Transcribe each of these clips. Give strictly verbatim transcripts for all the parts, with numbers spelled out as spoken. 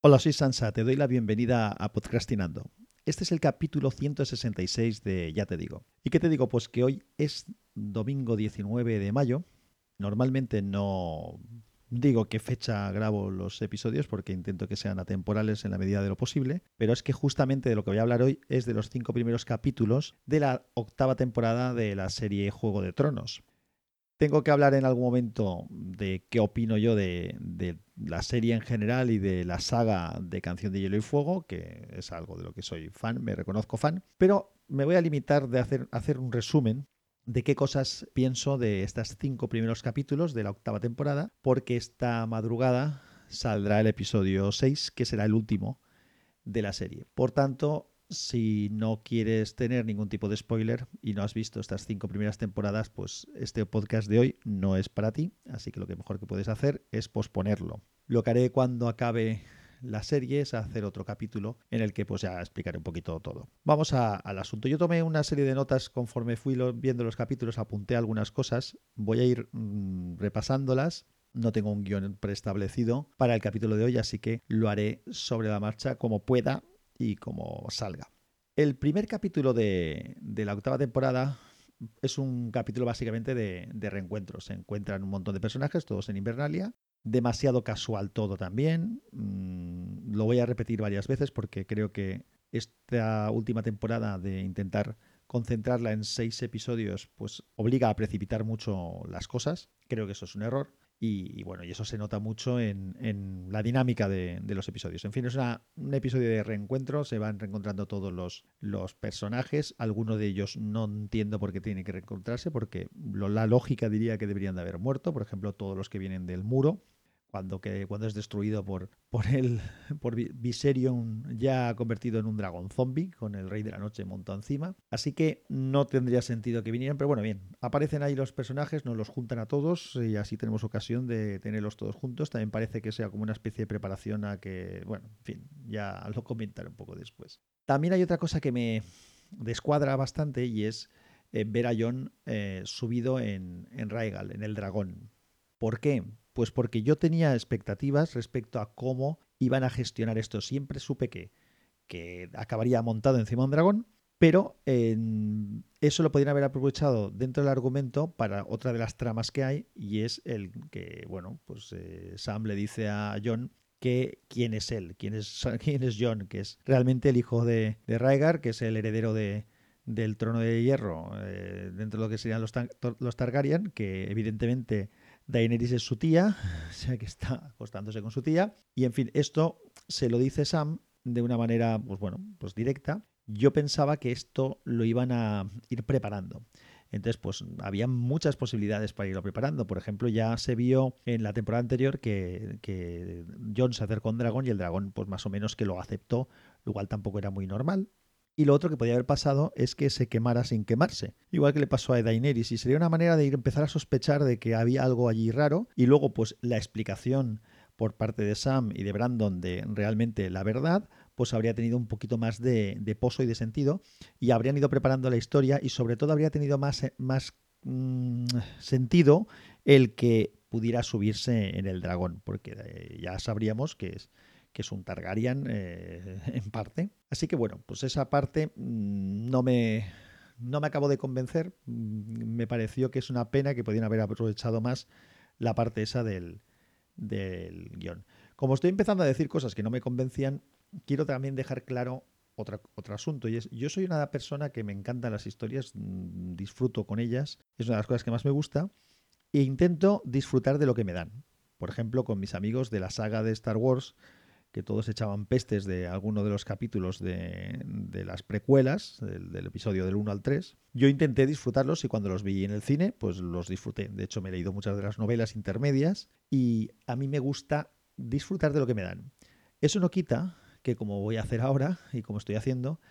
Hola, soy Sansa, te doy la bienvenida a Podcastinando. Este es el capítulo ciento sesenta y seis de Ya te digo. ¿Y qué te digo? Pues que hoy es domingo diecinueve de mayo. Normalmente no digo qué fecha grabo los episodios porque intento que sean atemporales en la medida de lo posible, pero es que justamente de lo que voy a hablar hoy es de los cinco primeros capítulos de la octava temporada de la serie Juego de Tronos. Tengo que hablar en algún momento de qué opino yo de, de la serie en general y de la saga de Canción de Hielo y Fuego, que es algo de lo que soy fan, me reconozco fan, pero me voy a limitar de hacer, hacer un resumen de qué cosas pienso de estos cinco primeros capítulos de la octava temporada, porque esta madrugada saldrá el episodio seis, que será el último de la serie. Por tanto, si no quieres tener ningún tipo de spoiler y no has visto estas cinco primeras temporadas, pues este podcast de hoy no es para ti, así que lo que mejor que puedes hacer es posponerlo. Lo que haré cuando acabe la serie es hacer otro capítulo en el que pues ya explicaré un poquito todo. Vamos a, al asunto. Yo tomé una serie de notas conforme fui lo, viendo los capítulos, apunté algunas cosas, voy a ir mmm, repasándolas. No tengo un guión preestablecido para el capítulo de hoy, así que lo haré sobre la marcha como pueda y como salga. El primer capítulo de, de la octava temporada es un capítulo básicamente de, de reencuentros. Se encuentran un montón de personajes, todos en Invernalia. Demasiado casual todo también. Mm, lo voy a repetir varias veces porque creo que esta última temporada de intentar concentrarla en seis episodios pues obliga a precipitar mucho las cosas. Creo que eso es un error. Y, y bueno, y eso se nota mucho en, en la dinámica de, de los episodios. En fin, es una, un episodio de reencuentro, se van reencontrando todos los, los personajes. Algunos de ellos no entiendo por qué tienen que reencontrarse, porque lo, la lógica diría que deberían de haber muerto. Por ejemplo, todos los que vienen del muro. Cuando, que, cuando es destruido por, por, el, por Viserion ya convertido en un dragón zombie, con el Rey de la Noche montado encima. Así que no tendría sentido que vinieran, pero bueno, bien, aparecen ahí los personajes, nos los juntan a todos y así tenemos ocasión de tenerlos todos juntos. También parece que sea como una especie de preparación a que, bueno, en fin, ya lo comentaré un poco después. También hay otra cosa que me descuadra bastante y es eh, ver a Jon eh, subido en, en Rhaegal, en el dragón. ¿Por qué? Pues porque yo tenía expectativas respecto a cómo iban a gestionar esto. Siempre supe que, que acabaría montado encima de un dragón, pero eh, eso lo podrían haber aprovechado dentro del argumento para otra de las tramas que hay, y es el que, bueno, pues eh, Sam le dice a Jon que quién es él, quién es, quién es Jon, que es realmente el hijo de, de Rhaegar, que es el heredero de, del trono de hierro eh, dentro de lo que serían los, los Targaryen, que evidentemente Daenerys es su tía, o sea que está acostándose con su tía. Y en fin, esto se lo dice Sam de una manera, pues bueno, pues directa. Yo pensaba que esto lo iban a ir preparando. Entonces, pues había muchas posibilidades para irlo preparando. Por ejemplo, ya se vio en la temporada anterior que, que Jon se acercó a un dragón y el dragón, pues más o menos que lo aceptó, lo cual tampoco era muy normal. Y lo otro que podía haber pasado es que se quemara sin quemarse. Igual que le pasó a Daenerys. Y sería una manera de ir empezar a sospechar de que había algo allí raro. Y luego, pues, la explicación por parte de Sam y de Brandon de realmente la verdad, pues habría tenido un poquito más de, de pozo y de sentido. Y habrían ido preparando la historia. Y sobre todo habría tenido más, más mmm, sentido el que pudiera subirse en el dragón. Porque eh, ya sabríamos que es que es un Targaryen eh, en parte. Así que bueno, pues esa parte mmm, no me no me acabo de convencer. Me pareció que es una pena que podían haber aprovechado más la parte esa del, del guión. Como estoy empezando a decir cosas que no me convencían, quiero también dejar claro otra, otro asunto, y es, yo soy una persona que me encantan las historias, mmm, disfruto con ellas, es una de las cosas que más me gusta, e intento disfrutar de lo que me dan. Por ejemplo, con mis amigos de la saga de Star Wars, que todos echaban pestes de alguno de los capítulos de, de las precuelas, del, del episodio del uno al tres. Yo intenté disfrutarlos y cuando los vi en el cine, pues los disfruté. De hecho, me he leído muchas de las novelas intermedias y a mí me gusta disfrutar de lo que me dan. Eso no quita que, como voy a hacer ahora y como estoy haciendo,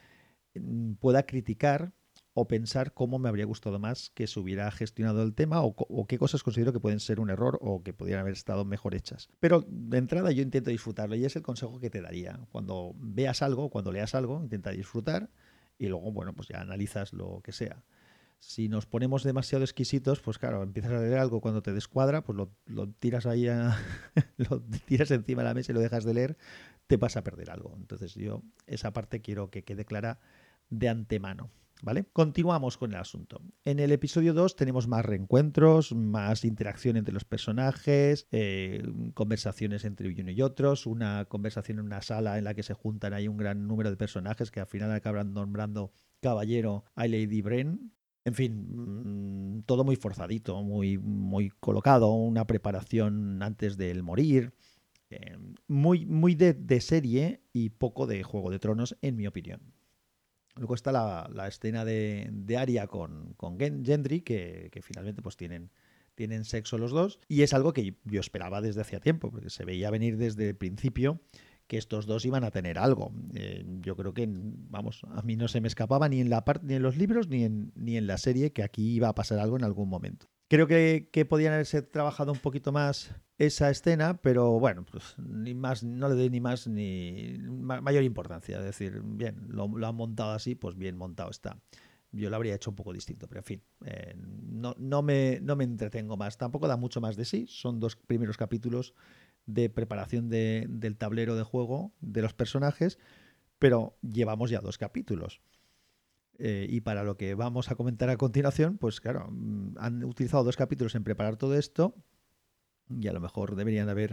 pueda criticar o pensar cómo me habría gustado más que se hubiera gestionado el tema o, o qué cosas considero que pueden ser un error o que podrían haber estado mejor hechas. Pero de entrada yo intento disfrutarlo y es el consejo que te daría. Cuando veas algo, cuando leas algo, intenta disfrutar y luego, bueno, pues ya analizas lo que sea. Si nos ponemos demasiado exquisitos, pues claro, empiezas a leer algo cuando te descuadra, pues lo, lo tiras ahí, a, lo tiras encima de la mesa y lo dejas de leer, te vas a perder algo. Entonces yo esa parte quiero que quede clara de antemano. ¿Vale? Continuamos con el asunto. En el episodio dos tenemos más reencuentros, más interacción entre los personajes, eh, conversaciones entre uno y otros, una conversación en una sala en la que se juntan ahí un gran número de personajes que al final acaban nombrando caballero a Lady Bren. En fin, mmm, todo muy forzadito, muy, muy colocado, una preparación antes del morir, eh, muy, muy de, de serie y poco de Juego de Tronos, en mi opinión. Luego está la, la escena de, de Arya con, con Gendry, que, que finalmente pues tienen, tienen sexo los dos, y es algo que yo esperaba desde hacía tiempo, porque se veía venir desde el principio que estos dos iban a tener algo. Eh, yo creo que, vamos, a mí no se me escapaba ni en la parte, ni en los libros, ni en, ni en la serie, que aquí iba a pasar algo en algún momento. Creo que, que podían haberse trabajado un poquito más esa escena, pero bueno, pues ni más, no le doy ni más ni ma- mayor importancia. Es decir, bien, lo, lo han montado así, pues bien montado está. Yo lo habría hecho un poco distinto, pero en fin, eh, no, no, me, no me entretengo más. Tampoco da mucho más de sí. Son dos primeros capítulos de preparación de, del tablero de juego de los personajes, pero llevamos ya dos capítulos. Eh, y para lo que vamos a comentar a continuación, pues claro, mm, han utilizado dos capítulos en preparar todo esto y a lo mejor deberían haber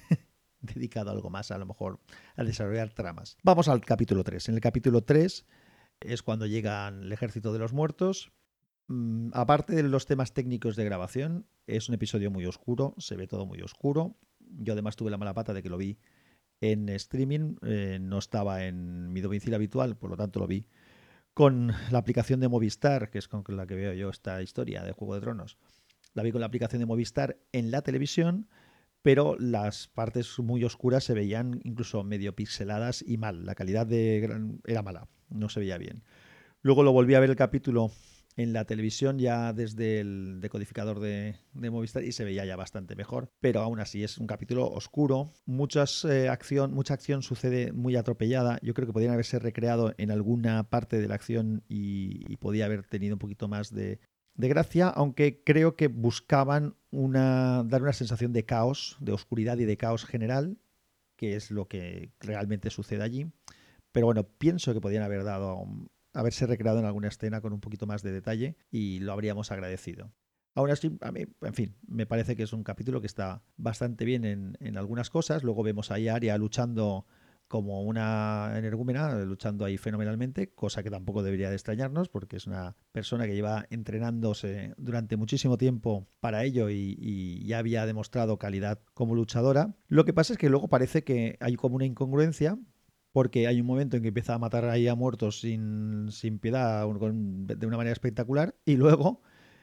dedicado algo más, a lo mejor a desarrollar tramas. Vamos al capítulo tres. En el capítulo tres es cuando llega el ejército de los muertos. Mm, aparte de los temas técnicos de grabación, es un episodio muy oscuro, se ve todo muy oscuro. Yo además tuve la mala pata de que lo vi en streaming, eh, no estaba en mi domicilio habitual, por lo tanto lo vi con la aplicación de Movistar, que es con la que veo yo esta historia de Juego de Tronos. La vi con la aplicación de Movistar en la televisión, pero las partes muy oscuras se veían incluso medio pixeladas y mal. La calidad de era mala, no se veía bien. Luego lo volví a ver el capítulo en la televisión ya desde el decodificador de, de Movistar y se veía ya bastante mejor, pero aún así es un capítulo oscuro. Muchas, eh, acción, mucha acción sucede muy atropellada. Yo creo que podrían haberse recreado en alguna parte de la acción y, y podía haber tenido un poquito más de, de gracia, aunque creo que buscaban una, dar una sensación de caos, de oscuridad y de caos general, que es lo que realmente sucede allí. Pero bueno, pienso que podían haber dado, haberse recreado en alguna escena con un poquito más de detalle y lo habríamos agradecido. Aún así, a mí, en fin, me parece que es un capítulo que está bastante bien en, en algunas cosas. Luego vemos ahí a Arya luchando como una energúmena, luchando ahí fenomenalmente, cosa que tampoco debería de extrañarnos porque es una persona que lleva entrenándose durante muchísimo tiempo para ello y, y ya había demostrado calidad como luchadora. Lo que pasa es que luego parece que hay como una incongruencia porque hay un momento en que empieza a matar ahí a muertos sin, sin piedad, de una manera espectacular, y luego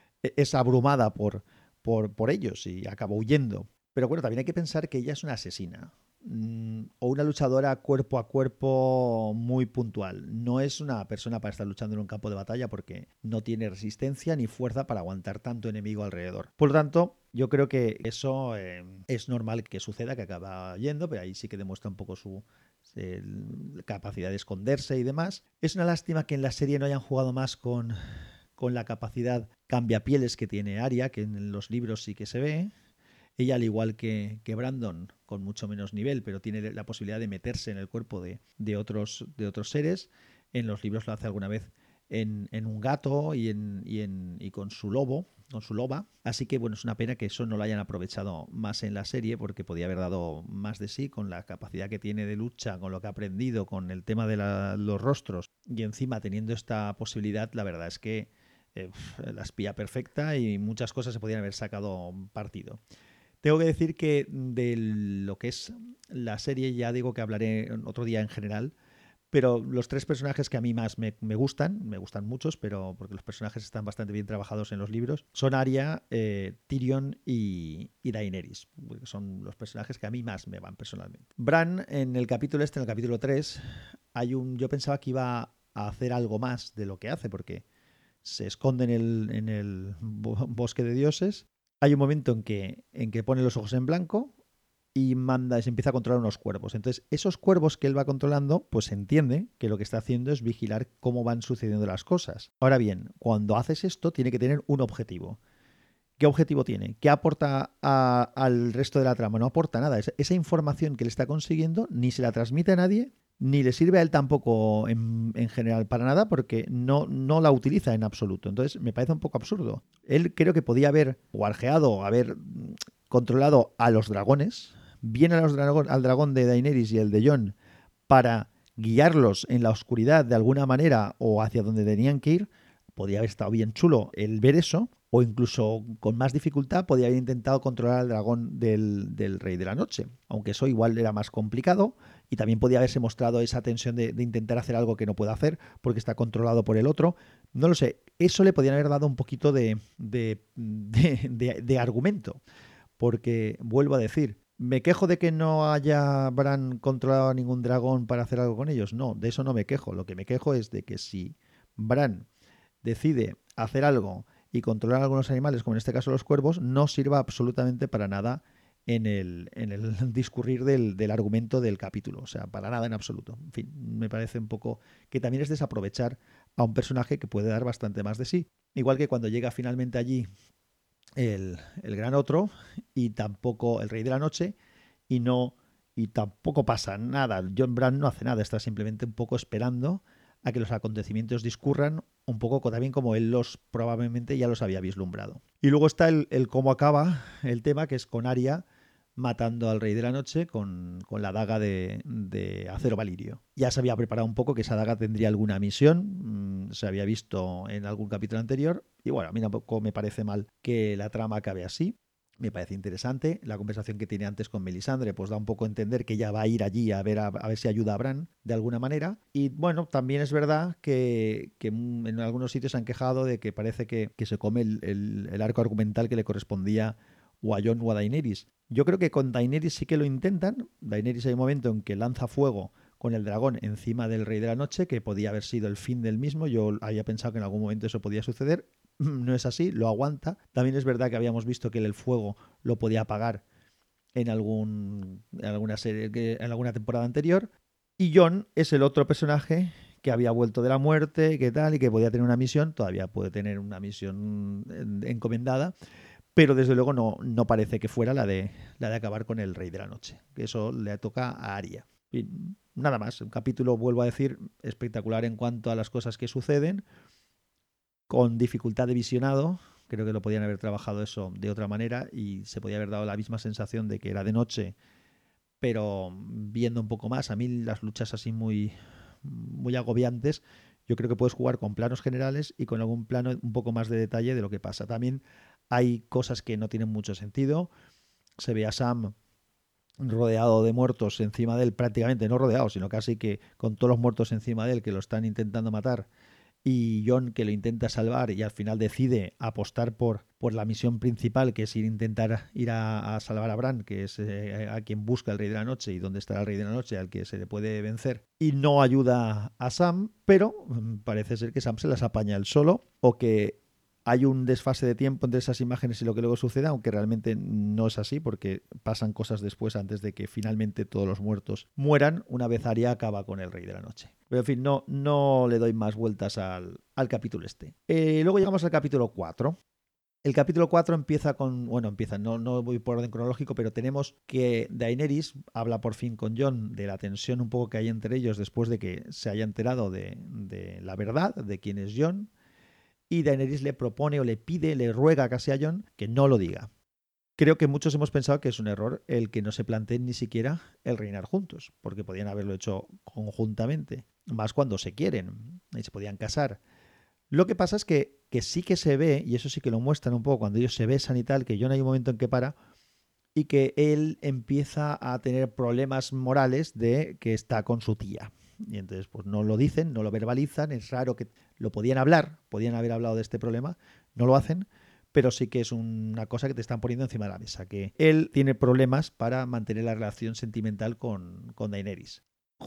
es abrumada por, por, por ellos y acaba huyendo. Pero bueno, también hay que pensar que ella es una asesina mmm, o una luchadora cuerpo a cuerpo muy puntual. No es una persona para estar luchando en un campo de batalla porque no tiene resistencia ni fuerza para aguantar tanto enemigo alrededor. Por lo tanto, yo creo que eso eh, es normal que suceda, que acaba yendo, pero ahí sí que demuestra un poco su eh, capacidad de esconderse y demás. Es una lástima que en la serie no hayan jugado más con con la capacidad cambiapieles que tiene Arya, que en los libros sí que se ve. Ella, al igual que, que Brandon, con mucho menos nivel, pero tiene la posibilidad de meterse en el cuerpo de, de, otros, de otros seres. En los libros lo hace alguna vez en, en un gato y, en, y, en, y con su lobo, con su loba. Así que bueno, es una pena que eso no lo hayan aprovechado más en la serie, porque podía haber dado más de sí con la capacidad que tiene de lucha, con lo que ha aprendido, con el tema de la, los rostros. Y encima, teniendo esta posibilidad, la verdad es que eh, la espía perfecta y muchas cosas se podían haber sacado partido. Tengo que decir que de lo que es la serie, ya digo que hablaré otro día en general, pero los tres personajes que a mí más me, me gustan, me gustan muchos, pero porque los personajes están bastante bien trabajados en los libros, son Arya, eh, Tyrion y, y Daenerys. Son los personajes que a mí más me van personalmente. Bran, en el capítulo este, en el capítulo tres, hay un, yo pensaba que iba a hacer algo más de lo que hace, porque se esconde en el, en el bosque de dioses. Hay un momento en que, en que pone los ojos en blanco y manda, se empieza a controlar unos cuervos. Entonces, esos cuervos que él va controlando, pues se entiende que lo que está haciendo es vigilar cómo van sucediendo las cosas. Ahora bien, cuando haces esto, tiene que tener un objetivo. ¿Qué objetivo tiene? ¿Qué aporta a, al resto de la trama? No aporta nada. Esa, esa información que le está consiguiendo ni se la transmite a nadie, ni le sirve a él tampoco en, en general para nada, porque no, no la utiliza en absoluto. Entonces me parece un poco absurdo. Él creo que podía haber guarjeado, haber controlado a los dragones, bien a los dragón, al dragón de Daenerys y el de Jon, para guiarlos en la oscuridad de alguna manera o hacia donde tenían que ir. Podría haber estado bien chulo el ver eso, o incluso con más dificultad podía haber intentado controlar al dragón del, del Rey de la Noche, aunque eso igual era más complicado y también podía haberse mostrado esa tensión de, de intentar hacer algo que no puede hacer porque está controlado por el otro. No lo sé, eso le podían haber dado un poquito de, de, de, de, de argumento, porque vuelvo a decir, ¿me quejo de que no haya Bran controlado a ningún dragón para hacer algo con ellos? No, de eso no me quejo. Lo que me quejo es de que si Bran decide hacer algo y controlar algunos animales, como en este caso los cuervos, no sirva absolutamente para nada en el, en el discurrir del, del argumento del capítulo. O sea, para nada en absoluto. En fin, me parece un poco que también es desaprovechar a un personaje que puede dar bastante más de sí. Igual que cuando llega finalmente allí el, el gran otro y tampoco el Rey de la Noche y no y tampoco pasa nada. Jon Bran no hace nada, está simplemente un poco esperando a que los acontecimientos discurran un poco también como él los probablemente ya los había vislumbrado. Y luego está el, el cómo acaba el tema, que es con Arya matando al Rey de la Noche con, con la daga de, de acero valirio. Ya se había preparado un poco que esa daga tendría alguna misión, mmm, se había visto en algún capítulo anterior, y bueno, a mí tampoco me parece mal que la trama acabe así. Me parece interesante. La conversación que tiene antes con Melisandre pues da un poco a entender que ella va a ir allí a ver, a, a ver si ayuda a Bran de alguna manera. Y bueno, también es verdad que, que en algunos sitios se han quejado de que parece que, que se come el, el, el arco argumental que le correspondía o a Jon o a Daenerys. Yo creo que con Daenerys sí que lo intentan. Daenerys hay un momento en que lanza fuego con el dragón encima del Rey de la Noche, que podía haber sido el fin del mismo. Yo había pensado que en algún momento eso podía suceder. No es así, lo aguanta. También es verdad que habíamos visto que el fuego lo podía apagar en, algún, en alguna serie, en alguna temporada anterior. Y Jon es el otro personaje que había vuelto de la muerte, que tal, y que podía tener una misión. Todavía puede tener una misión encomendada, pero desde luego no, no parece que fuera la de, la de acabar con el Rey de la Noche, que eso le toca a Arya. Y nada más, un capítulo, vuelvo a decir, espectacular en cuanto a las cosas que suceden, con dificultad de visionado. Creo que lo podían haber trabajado eso de otra manera y se podía haber dado la misma sensación de que era de noche, pero viendo un poco más. A mí las luchas así muy, muy agobiantes, yo creo que puedes jugar con planos generales y con algún plano un poco más de detalle de lo que pasa. También hay cosas que no tienen mucho sentido. Se ve a Sam rodeado de muertos encima de él, prácticamente no rodeado, sino casi que con todos los muertos encima de él que lo están intentando matar, y Jon que lo intenta salvar y al final decide apostar por, por la misión principal, que es ir intentar ir a, a salvar a Bran, que es eh, a quien busca el Rey de la Noche y dónde estará el Rey de la Noche, al que se le puede vencer, y no ayuda a Sam, pero parece ser que Sam se las apaña él solo, o que hay un desfase de tiempo entre esas imágenes y lo que luego sucede, aunque realmente no es así, porque pasan cosas después antes de que finalmente todos los muertos mueran, una vez Arya acaba con el Rey de la Noche. Pero en fin, no, no le doy más vueltas al, al capítulo este. Eh, luego llegamos al capítulo cuatro. El capítulo cuatro empieza con... Bueno, empieza, no, no voy por orden cronológico, pero tenemos que Daenerys habla por fin con Jon de la tensión un poco que hay entre ellos después de que se haya enterado de, de la verdad, de quién es Jon. Y Daenerys le propone o le pide, le ruega casi a Jon que no lo diga. Creo que muchos hemos pensado que es un error el que no se planteen ni siquiera el reinar juntos, porque podían haberlo hecho conjuntamente, más cuando se quieren y se podían casar. Lo que pasa es que, que sí que se ve, y eso sí que lo muestran un poco cuando ellos se besan y tal, que Jon hay un momento en que para y que él empieza a tener problemas morales de que está con su tía. Y entonces pues no lo dicen, no lo verbalizan, es raro que lo podían hablar, podían haber hablado de este problema, no lo hacen, pero sí que es una cosa que te están poniendo encima de la mesa, que él tiene problemas para mantener la relación sentimental con, con Daenerys.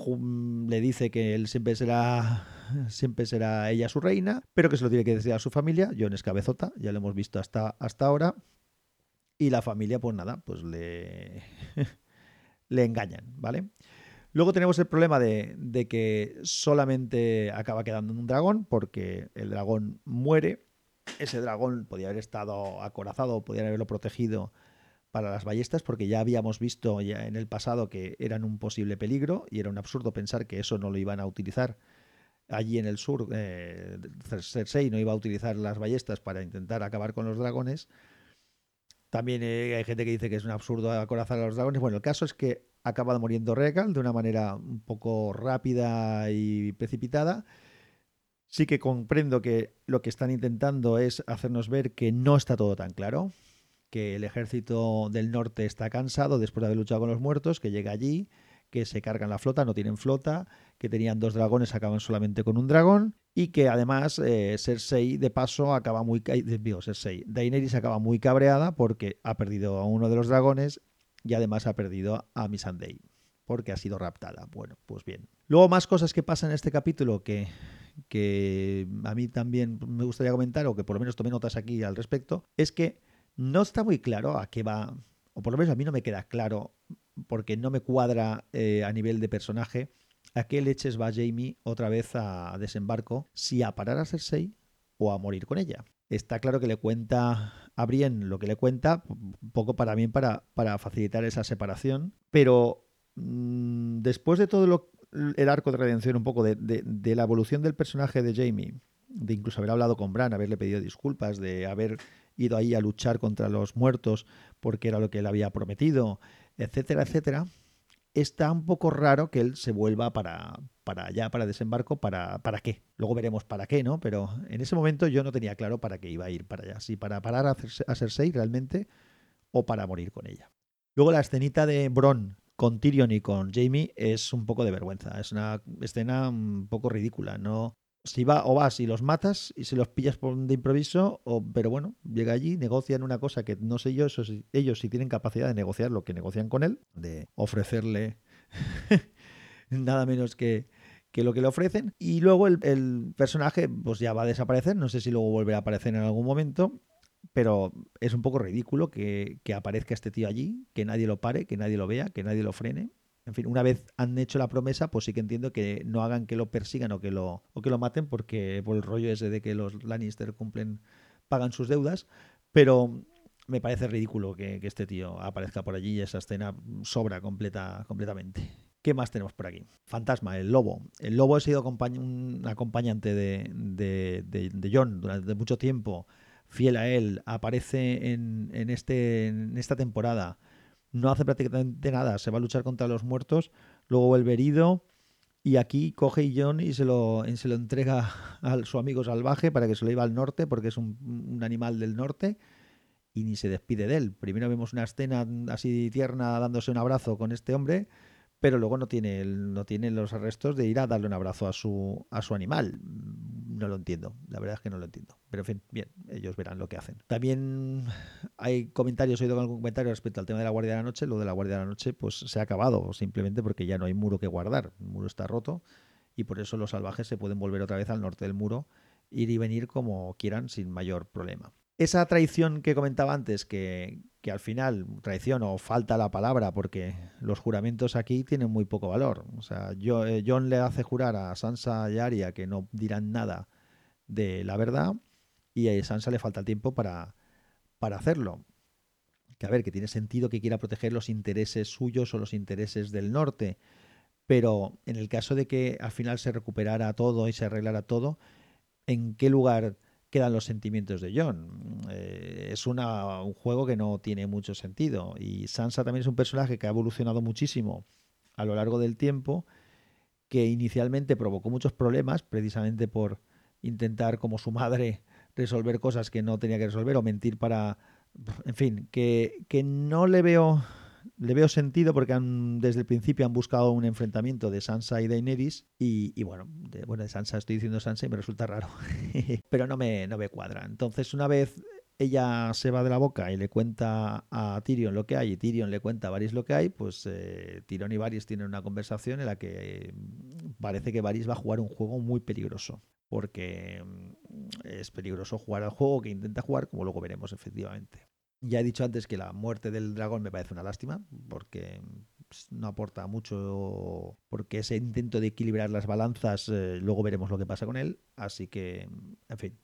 Le dice que él siempre será siempre será ella su reina, pero que se lo tiene que decir a su familia. Jon es cabezota, ya lo hemos visto hasta, hasta ahora. Y la familia, pues nada, pues le... le engañan, ¿vale? Luego tenemos el problema de, de que solamente acaba quedando en un dragón porque el dragón muere. Ese dragón podía haber estado acorazado, podían haberlo protegido para las ballestas porque ya habíamos visto ya en el pasado que eran un posible peligro y era un absurdo pensar que eso no lo iban a utilizar allí en el sur. eh, Cersei no iba a utilizar las ballestas para intentar acabar con los dragones. También eh, hay gente que dice que es un absurdo acorazar a los dragones. Bueno, el caso es que acaba muriendo Rhaegal de una manera un poco rápida y precipitada. Sí que comprendo que lo que están intentando es hacernos ver que no está todo tan claro, que el ejército del norte está cansado después de haber luchado con los muertos, que llega allí, que se cargan la flota, no tienen flota, que tenían dos dragones, acaban solamente con un dragón, y que además eh, Cersei, de paso, acaba muy... Digo, Cersei, Daenerys acaba muy cabreada porque ha perdido a uno de los dragones y además ha perdido a Missandei, porque ha sido raptada. Bueno, pues bien. Luego más cosas que pasan en este capítulo que, que a mí también me gustaría comentar, o que por lo menos tomé notas aquí al respecto, es que no está muy claro a qué va, o por lo menos a mí no me queda claro, porque no me cuadra eh, a nivel de personaje, a qué leches va Jaime otra vez a desembarco, si a parar a Cersei o a morir con ella. Está claro que le cuenta a Brienne lo que le cuenta, un poco para mí, para, para facilitar esa separación, pero mmm, después de todo lo, el arco de redención, un poco de, de, de la evolución del personaje de Jaime, de incluso haber hablado con Bran, haberle pedido disculpas, de haber ido ahí a luchar contra los muertos porque era lo que él había prometido, etcétera, etcétera, está un poco raro que él se vuelva para, para allá, para desembarco, para, ¿para qué? Luego veremos para qué, ¿no? Pero en ese momento yo no tenía claro para qué iba a ir para allá, si para parar a, Cersei, a Cersei realmente o para morir con ella. Luego la escenita de Bronn con Tyrion y con Jaime es un poco de vergüenza, es una escena un poco ridícula, no... Si va o vas y los matas y si los pillas por de improviso, o, pero bueno, llega allí, negocian una cosa que no sé yo, eso sí, ellos sí tienen capacidad de negociar lo que negocian con él, de ofrecerle nada menos que, que lo que le ofrecen. Y luego el, el personaje pues ya va a desaparecer, no sé si luego volverá a aparecer en algún momento, pero es un poco ridículo que, que aparezca este tío allí, que nadie lo pare, que nadie lo vea, que nadie lo frene. En fin, una vez han hecho la promesa, pues sí que entiendo que no hagan que lo persigan o que lo, o que lo maten, porque por el rollo ese de que los Lannister cumplen, pagan sus deudas, pero me parece ridículo que, que este tío aparezca por allí y esa escena sobra completa, completamente. ¿Qué más tenemos por aquí? Fantasma, el lobo. El lobo ha sido acompañ- un acompañante de, de, de, de Jon durante mucho tiempo, fiel a él, aparece en, en, este, en esta temporada, no hace prácticamente nada, se va a luchar contra los muertos, luego vuelve herido y aquí coge Jon y se lo, y se lo entrega a su amigo salvaje para que se lo lleve al norte porque es un, un animal del norte y ni se despide de él. Primero vemos una escena así tierna dándose un abrazo con este hombre, pero luego no tiene, el, no tiene los arrestos de ir a darle un abrazo a su, a su animal. No lo entiendo, la verdad es que no lo entiendo. Pero en fin, bien, ellos verán lo que hacen. También hay comentarios, he oído algún comentario respecto al tema de la Guardia de la Noche. Lo de la Guardia de la Noche pues se ha acabado, simplemente porque ya no hay muro que guardar. El muro está roto y por eso los salvajes se pueden volver otra vez al norte del muro, ir y venir como quieran sin mayor problema. Esa traición que comentaba antes, que, que al final, traición o falta la palabra, porque los juramentos aquí tienen muy poco valor. O sea, yo, eh, Jon le hace jurar a Sansa y Arya que no dirán nada de la verdad y a Sansa le falta el tiempo para, para hacerlo. Que a ver, que tiene sentido que quiera proteger los intereses suyos o los intereses del norte, pero en el caso de que al final se recuperara todo y se arreglara todo, ¿en qué lugar quedan los sentimientos de Jon? Eh, es una, un juego que no tiene mucho sentido. Y Sansa también es un personaje que ha evolucionado muchísimo a lo largo del tiempo, que inicialmente provocó muchos problemas precisamente por intentar, como su madre, resolver cosas que no tenía que resolver o mentir para... En fin, que, que no le veo... Le veo sentido porque han, desde el principio han buscado un enfrentamiento de Sansa y Daenerys y, y bueno, de, bueno, de Sansa estoy diciendo Sansa y me resulta raro, pero no me, no me cuadra. Entonces una vez ella se va de la boca y le cuenta a Tyrion lo que hay y Tyrion le cuenta a Varys lo que hay, pues eh, Tyrion y Varys tienen una conversación en la que eh, parece que Varys va a jugar un juego muy peligroso. Porque es peligroso jugar al juego que intenta jugar, como luego veremos efectivamente. Ya he dicho antes que la muerte del dragón me parece una lástima, porque no aporta mucho porque ese intento de equilibrar las balanzas, eh, luego veremos lo que pasa con él. Así que, en fin,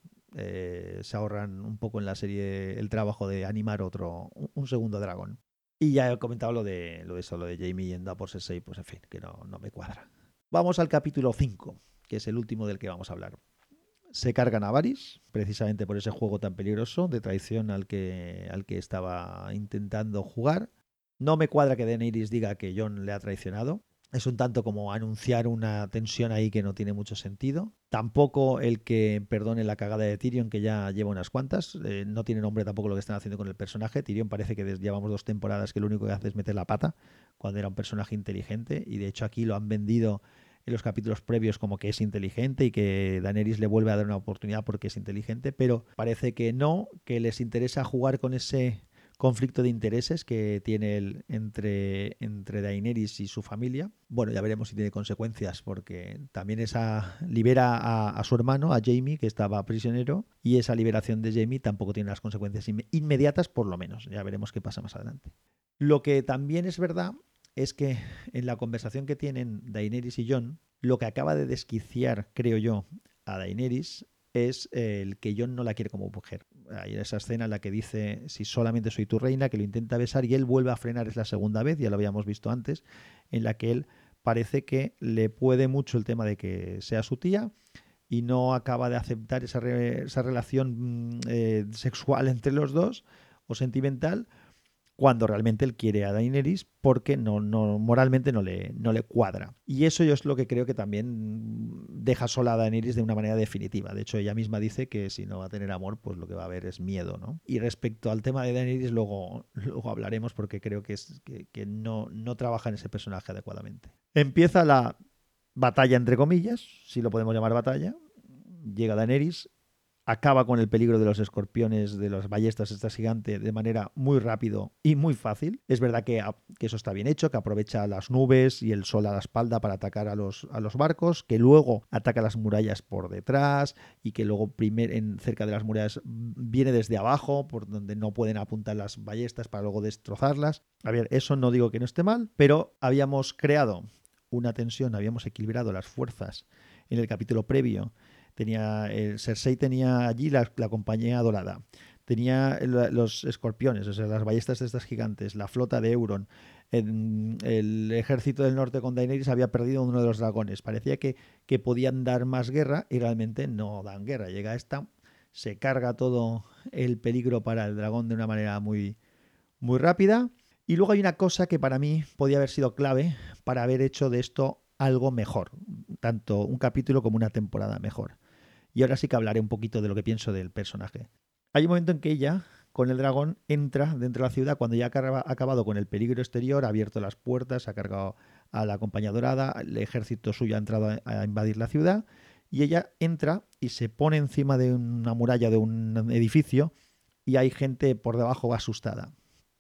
eh, se ahorran un poco en la serie el trabajo de animar otro, un segundo dragón. Y ya he comentado lo de, lo de eso, lo de Jaime yendo a por Cersei, pues en fin, que no, no me cuadra. Vamos al capítulo cinco, que es el último del que vamos a hablar. Se cargan a Varys, precisamente por ese juego tan peligroso de traición al que, al que estaba intentando jugar. No me cuadra que Daenerys diga que Jon le ha traicionado. Es un tanto como anunciar una tensión ahí que no tiene mucho sentido. Tampoco el que perdone la cagada de Tyrion, que ya lleva unas cuantas. Eh, no tiene nombre tampoco lo que están haciendo con el personaje. Tyrion parece que desde llevamos dos temporadas que lo único que hace es meter la pata, cuando era un personaje inteligente. Y de hecho aquí lo han vendido en los capítulos previos como que es inteligente y que Daenerys le vuelve a dar una oportunidad porque es inteligente. Pero parece que no, que les interesa jugar con ese conflicto de intereses que tiene él entre, entre Daenerys y su familia. Bueno, ya veremos si tiene consecuencias, porque también esa libera a, a su hermano, a Jaime, que estaba prisionero, y esa liberación de Jaime tampoco tiene las consecuencias inme- inmediatas, por lo menos. Ya veremos qué pasa más adelante. Lo que también es verdad es que en la conversación que tienen Daenerys y Jon, lo que acaba de desquiciar, creo yo, a Daenerys es el que Jon no la quiere como mujer. Hay esa escena en la que dice si solamente soy tu reina, que lo intenta besar y él vuelve a frenar, es la segunda vez, ya lo habíamos visto antes, en la que él parece que le puede mucho el tema de que sea su tía y no acaba de aceptar esa, re, esa relación eh, sexual entre los dos o sentimental, cuando realmente él quiere a Daenerys porque no, no, moralmente no le, no le cuadra. Y eso yo es lo que creo que también deja sola a Daenerys de una manera definitiva. De hecho, ella misma dice que si no va a tener amor, pues lo que va a haber es miedo, ¿no? Y respecto al tema de Daenerys, luego, luego hablaremos porque creo que, es, que, que no, no trabaja en ese personaje adecuadamente. Empieza la batalla, entre comillas, si lo podemos llamar batalla. Llega Daenerys, acaba con el peligro de los escorpiones, de las ballestas estas gigantes, de manera muy rápido y muy fácil. Es verdad que, que eso está bien hecho, que aprovecha las nubes y el sol a la espalda para atacar a los, a los barcos, que luego ataca las murallas por detrás y que luego primer, en, cerca de las murallas viene desde abajo, por donde no pueden apuntar las ballestas para luego destrozarlas. A ver, eso no digo que no esté mal, pero habíamos creado una tensión, habíamos equilibrado las fuerzas en el capítulo previo. Tenía el Cersei tenía allí la, la compañía dorada, tenía el, los escorpiones, o sea, las ballestas de estas gigantes, la flota de Euron, el, el ejército del norte con Daenerys había perdido uno de los dragones. Parecía que, que podían dar más guerra y realmente no dan guerra. Llega esta, se carga todo el peligro para el dragón de una manera muy, muy rápida. Y luego hay una cosa que para mí podía haber sido clave para haber hecho de esto algo mejor, tanto un capítulo como una temporada mejor. Y ahora sí que hablaré un poquito de lo que pienso del personaje. Hay un momento en que ella, con el dragón, entra dentro de la ciudad cuando ya ha acabado con el peligro exterior, ha abierto las puertas, ha cargado a la compañía dorada, el ejército suyo ha entrado a invadir la ciudad y ella entra y se pone encima de una muralla de un edificio y hay gente por debajo asustada.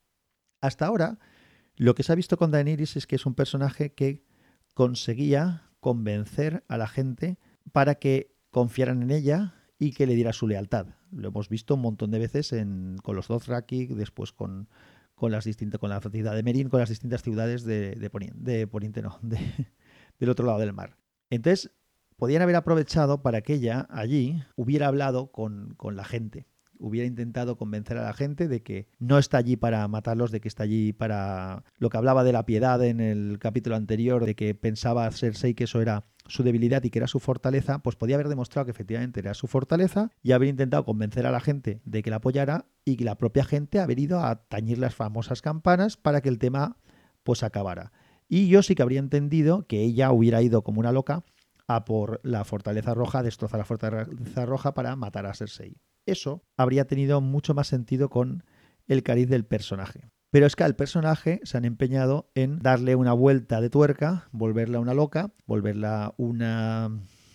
Hasta ahora, lo que se ha visto con Daenerys es que es un personaje que conseguía convencer a la gente para que confiaran en ella y que le diera su lealtad. Lo hemos visto un montón de veces en, con los Dothraki, después con, con, las distintas, con la ciudad de Meereen, con las distintas ciudades de, de, Poniente, de Poniente, no, de, del otro lado del mar. Entonces, podían haber aprovechado para que ella allí hubiera hablado con, con la gente, hubiera intentado convencer a la gente de que no está allí para matarlos, de que está allí para lo que hablaba de la piedad en el capítulo anterior, de que pensaba Cersei que eso era su debilidad y que era su fortaleza, pues podía haber demostrado que efectivamente era su fortaleza y haber intentado convencer a la gente de que la apoyara y que la propia gente haber ido a tañir las famosas campanas para que el tema pues acabara. Y yo sí que habría entendido que ella hubiera ido como una loca a por la fortaleza roja, a destrozar la fortaleza roja para matar a Cersei. Eso habría tenido mucho más sentido con el cariz del personaje. Pero es que al personaje se han empeñado en darle una vuelta de tuerca, volverla una loca, volverla una...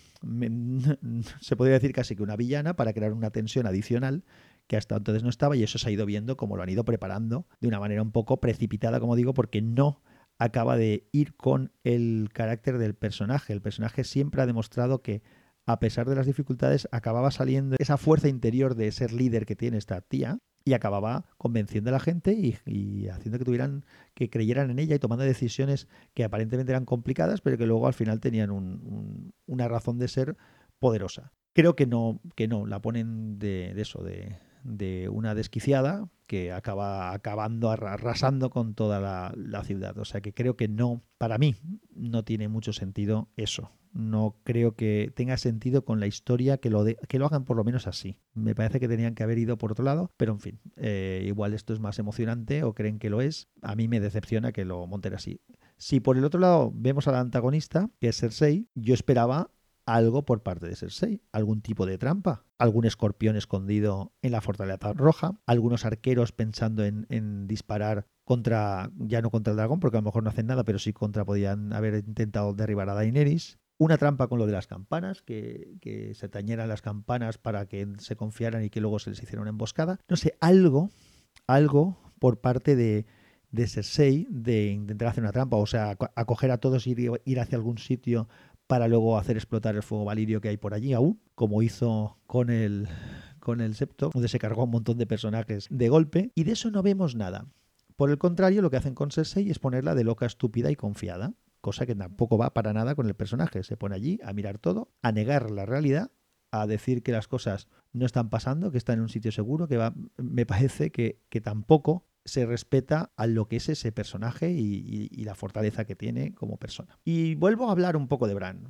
se podría decir casi que una villana para crear una tensión adicional que hasta entonces no estaba, y eso se ha ido viendo como lo han ido preparando de una manera un poco precipitada, como digo, porque no acaba de ir con el carácter del personaje. El personaje siempre ha demostrado que a pesar de las dificultades acababa saliendo esa fuerza interior de ser líder que tiene esta tía y acababa convenciendo a la gente y, y haciendo que tuvieran, que creyeran en ella y tomando decisiones que aparentemente eran complicadas, pero que luego al final tenían un, un, una razón de ser poderosa. Creo que no, que no, la ponen de, de eso, de, de una desquiciada que acaba acabando arrasando con toda la, la ciudad. O sea que creo que no, para mí, no tiene mucho sentido eso. No creo que tenga sentido con la historia que lo, de, que lo hagan por lo menos así. Me parece que tenían que haber ido por otro lado, pero en fin, eh, igual esto es más emocionante o creen que lo es. A mí me decepciona que lo monten así. Si por el otro lado vemos a la antagonista, que es Cersei, yo esperaba algo por parte de Cersei, algún tipo de trampa, algún escorpión escondido en la fortaleza roja, algunos arqueros pensando en, en disparar contra, ya no contra el dragón, porque a lo mejor no hacen nada, pero sí contra, podían haber intentado derribar a Daenerys. Una trampa con lo de las campanas, que, que se tañeran las campanas para que se confiaran y que luego se les hiciera una emboscada. No sé, algo, algo por parte de, de Cersei de intentar hacer una trampa, o sea, acoger a todos y ir, ir hacia algún sitio para luego hacer explotar el fuego valirio que hay por allí aún, como hizo con el, con el Septo, donde se cargó un montón de personajes de golpe, y de eso no vemos nada. Por el contrario, lo que hacen con Cersei es ponerla de loca, estúpida y confiada, cosa que tampoco va para nada con el personaje. Se pone allí a mirar todo, a negar la realidad, a decir que las cosas no están pasando, que está en un sitio seguro, que va, me parece que, que tampoco se respeta a lo que es ese personaje y, y, y la fortaleza que tiene como persona. Y vuelvo a hablar un poco de Bran.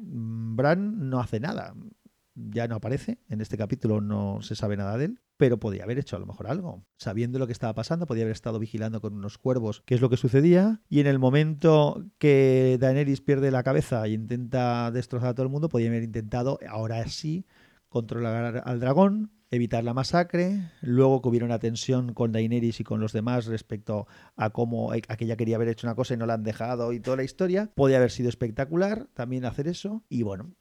Bran no hace nada. Ya no aparece, en este capítulo no se sabe nada de él, pero podía haber hecho a lo mejor algo. Sabiendo lo que estaba pasando, podía haber estado vigilando con unos cuervos qué es lo que sucedía, y en el momento que Daenerys pierde la cabeza e intenta destrozar a todo el mundo, podía haber intentado, ahora sí, controlar al dragón, evitar la masacre, luego que hubiera una tensión con Daenerys y con los demás respecto a cómo aquella quería haber hecho una cosa y no la han dejado y toda la historia. Podía haber sido espectacular también hacer eso, y bueno,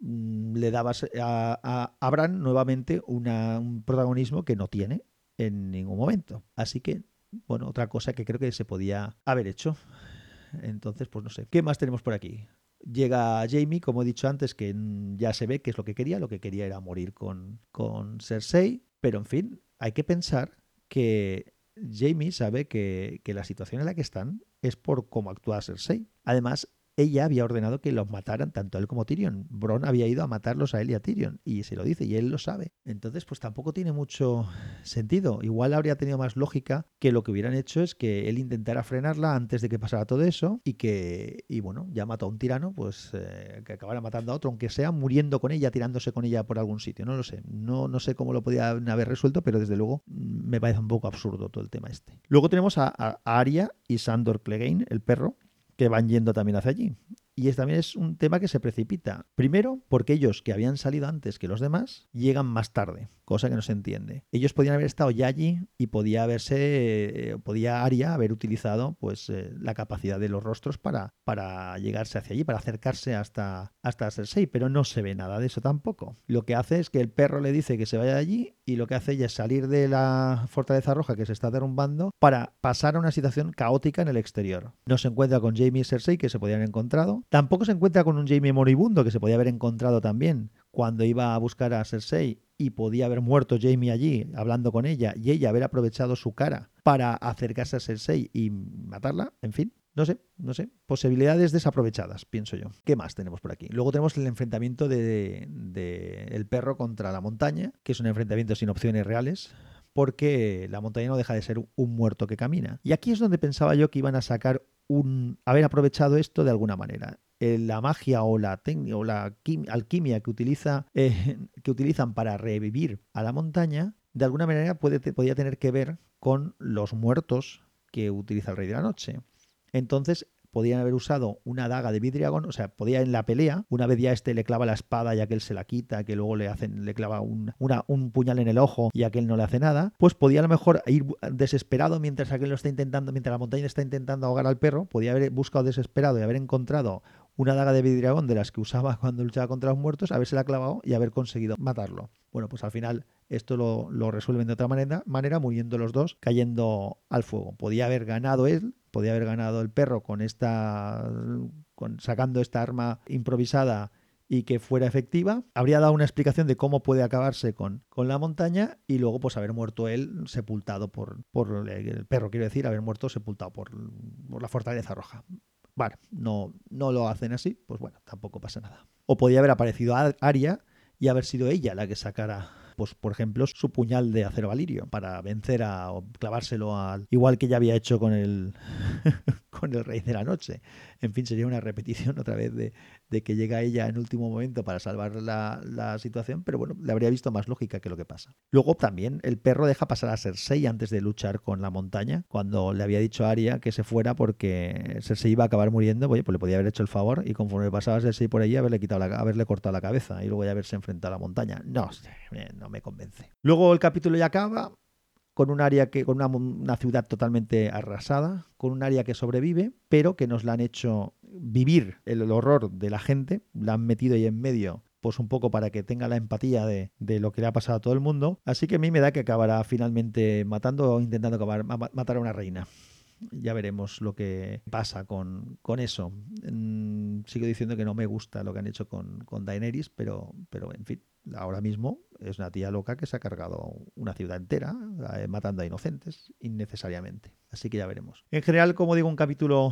le dabas a, a, a Bran nuevamente una, un protagonismo que no tiene en ningún momento. Así que, bueno, otra cosa que creo que se podía haber hecho. Entonces, pues no sé. ¿Qué más tenemos por aquí? Llega Jaime, como he dicho antes, que ya se ve que es lo que quería. Lo que quería era morir con, con Cersei. Pero, en fin, hay que pensar que Jaime sabe que, que la situación en la que están es por cómo actúa Cersei. Además, ella había ordenado que los mataran tanto a él como a Tyrion. Bronn había ido a matarlos a él y a Tyrion, y se lo dice, y él lo sabe. Entonces, pues tampoco tiene mucho sentido. Igual habría tenido más lógica que lo que hubieran hecho es que él intentara frenarla antes de que pasara todo eso, y que, y bueno, ya mató a un tirano, pues eh, que acabara matando a otro, aunque sea muriendo con ella, tirándose con ella por algún sitio. No lo sé. No, no sé cómo lo podían haber resuelto, pero desde luego me parece un poco absurdo todo el tema este. Luego tenemos a, a Arya y Sandor Clegane, el perro, que van yendo también hacia allí. Y es, también es un tema que se precipita. Primero, porque ellos, que habían salido antes que los demás, llegan más tarde, cosa que no se entiende. Ellos podían haber estado ya allí y podía haberse, eh, podía Arya haber utilizado pues eh, la capacidad de los rostros para, para llegarse hacia allí, para acercarse hasta, hasta Cersei, pero no se ve nada de eso tampoco. Lo que hace es que el perro le dice que se vaya de allí, y lo que hace ella es salir de la fortaleza roja que se está derrumbando para pasar a una situación caótica en el exterior. No se encuentra con Jaime y Cersei, que se podían haber encontrado. Tampoco se encuentra con un Jaime moribundo, que se podía haber encontrado también cuando iba a buscar a Cersei, y podía haber muerto Jaime allí hablando con ella, y ella haber aprovechado su cara para acercarse a Cersei y matarla. En fin, no sé, no sé. Posibilidades desaprovechadas, pienso yo. ¿Qué más tenemos por aquí? Luego tenemos el enfrentamiento de, de el perro contra la montaña, que es un enfrentamiento sin opciones reales, porque la montaña no deja de ser un muerto que camina. Y aquí es donde pensaba yo que iban a sacar un... haber aprovechado esto de alguna manera. Eh, la magia o la, o la alquimia que, utiliza, eh, que utilizan para revivir a la montaña, de alguna manera puede, podía tener que ver con los muertos que utiliza el Rey de la Noche. Entonces podían haber usado una daga de vidriagón, o sea, podía en la pelea, una vez ya este le clava la espada y aquel se la quita, que luego le hacen, le clava un, una, un puñal en el ojo y aquel no le hace nada, pues podía a lo mejor ir desesperado mientras aquel lo está intentando, mientras la montaña está intentando ahogar al perro, podía haber buscado desesperado y haber encontrado una daga de vidriagón de las que usaba cuando luchaba contra los muertos, haberse la clavado y haber conseguido matarlo. Bueno, pues al final esto lo, lo resuelven de otra manera, manera, muriendo los dos, cayendo al fuego. Podía haber ganado él, podía haber ganado el perro con esta, con, sacando esta arma improvisada y que fuera efectiva. Habría dado una explicación de cómo puede acabarse con, con la montaña y luego pues haber muerto él sepultado por, por el perro, quiero decir, haber muerto sepultado por, por la Fortaleza Roja. Vale, no, no lo hacen así, pues bueno, tampoco pasa nada. O podía haber aparecido Arya y haber sido ella la que sacara, pues por ejemplo, su puñal de acero valirio para vencer a, o clavárselo al, igual que ya había hecho con el con el Rey de la Noche. En fin, sería una repetición otra vez de, de que llega ella en último momento para salvar la, la situación, pero bueno, le habría visto más lógica que lo que pasa. Luego también el perro deja pasar a Cersei antes de luchar con la montaña, cuando le había dicho a Arya que se fuera porque Cersei iba a acabar muriendo. Oye, pues le podía haber hecho el favor y conforme pasaba Cersei por allí haberle quitado la, haberle cortado la cabeza y luego ya haberse enfrentado a la montaña. No, no me convence. Luego el capítulo ya acaba con un área que, con una, una ciudad totalmente arrasada, con un área que sobrevive, pero que nos la han hecho vivir el, el horror de la gente, la han metido ahí en medio, pues un poco para que tenga la empatía de, de lo que le ha pasado a todo el mundo. Así que a mí me da que acabará finalmente matando o intentando acabar, matar a una reina. Ya veremos lo que pasa con, con eso. Mm, sigo diciendo que no me gusta lo que han hecho con, con Daenerys, pero, pero en fin, ahora mismo es una tía loca que se ha cargado una ciudad entera, eh, matando a inocentes innecesariamente. Así que ya veremos. En general, como digo, un capítulo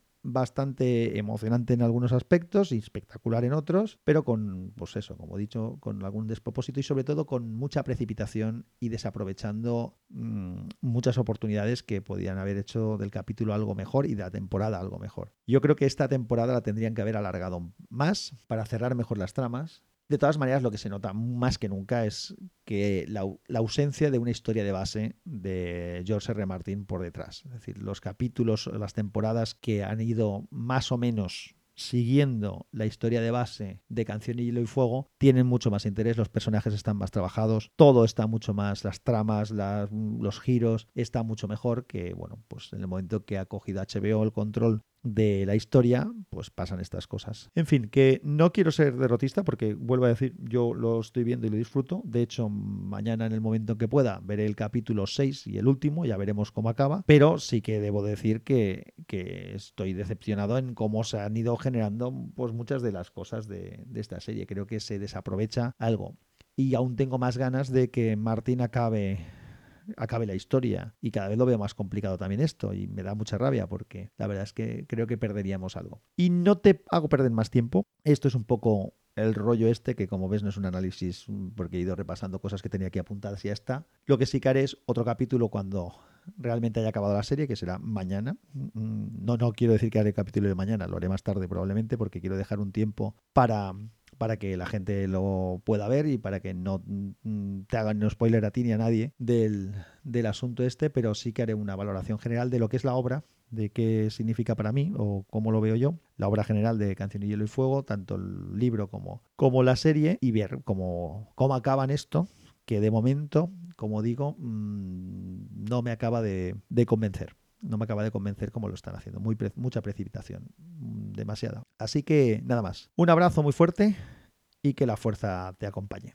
bastante emocionante en algunos aspectos y espectacular en otros, pero con, pues eso, como he dicho, con algún despropósito y sobre todo con mucha precipitación y desaprovechando mmm, muchas oportunidades que podían haber hecho del capítulo algo mejor y de la temporada algo mejor. Yo creo que esta temporada la tendrían que haber alargado más para cerrar mejor las tramas. De todas maneras, lo que se nota más que nunca es que la, la ausencia de una historia de base de George R. R. Martin por detrás. Es decir, los capítulos, las temporadas que han ido más o menos siguiendo la historia de base de Canción de Hielo y Fuego tienen mucho más interés, los personajes están más trabajados, todo está mucho más, las tramas, las, los giros, está mucho mejor que, bueno, pues en el momento que ha cogido H B O el control de la historia, pues pasan estas cosas. En fin, que no quiero ser derrotista porque, vuelvo a decir, yo lo estoy viendo y lo disfruto. De hecho, mañana en el momento en que pueda veré el capítulo seis y el último, ya veremos cómo acaba, pero sí que debo decir que, que estoy decepcionado en cómo se han ido generando pues muchas de las cosas de, de esta serie. Creo que se desaprovecha algo y aún tengo más ganas de que Martin acabe acabe la historia y cada vez lo veo más complicado también esto y me da mucha rabia porque la verdad es que creo que perderíamos algo. Y no te hago perder más tiempo, esto es un poco el rollo este que como ves no es un análisis porque he ido repasando cosas que tenía aquí apuntadas y ya está. Lo que sí que haré es otro capítulo cuando realmente haya acabado la serie, que será mañana. No, no quiero decir que haré el capítulo de mañana, lo haré más tarde probablemente porque quiero dejar un tiempo para... para que la gente lo pueda ver y para que no te hagan no spoiler a ti ni a nadie del, del asunto este, pero sí que haré una valoración general de lo que es la obra, de qué significa para mí o cómo lo veo yo, la obra general de Canción de Hielo y Fuego, tanto el libro como, como la serie, y ver cómo, cómo acaban esto, que de momento, como digo, mmm, no me acaba de, de convencer. No me acaba de convencer como lo están haciendo. Muy pre- mucha precipitación. Demasiada. Así que nada más. Un abrazo muy fuerte y que la fuerza te acompañe.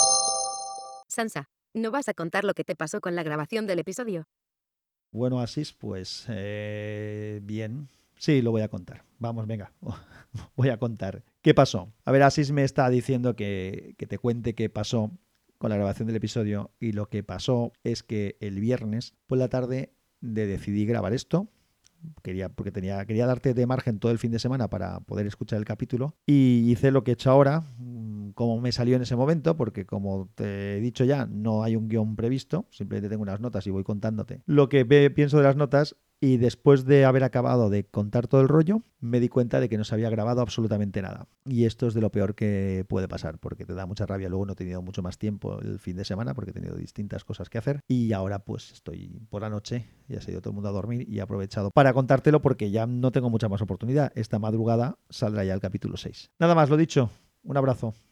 Sansa, ¿no vas a contar lo que te pasó con la grabación del episodio? Bueno, Asís, pues eh, bien. Sí, lo voy a contar. Vamos, venga. Voy a contar. ¿Qué pasó? A ver, Asís me está diciendo que, que te cuente qué pasó con la grabación del episodio y lo que pasó es que el viernes por la tarde de decidí grabar esto. Quería, porque tenía, quería darte de margen todo el fin de semana para poder escuchar el capítulo y hice lo que he hecho ahora, como me salió en ese momento, porque como te he dicho ya, no hay un guión previsto, simplemente tengo unas notas y voy contándote lo que ve, pienso de las notas. Y después de haber acabado de contar todo el rollo, me di cuenta de que no se había grabado absolutamente nada. Y esto es de lo peor que puede pasar, porque te da mucha rabia. Luego no he tenido mucho más tiempo el fin de semana, porque he tenido distintas cosas que hacer. Y ahora pues estoy por la noche, ya se ha ido todo el mundo a dormir y he aprovechado para contártelo porque ya no tengo mucha más oportunidad. Esta madrugada saldrá ya el capítulo seis. Nada más, lo dicho. Un abrazo.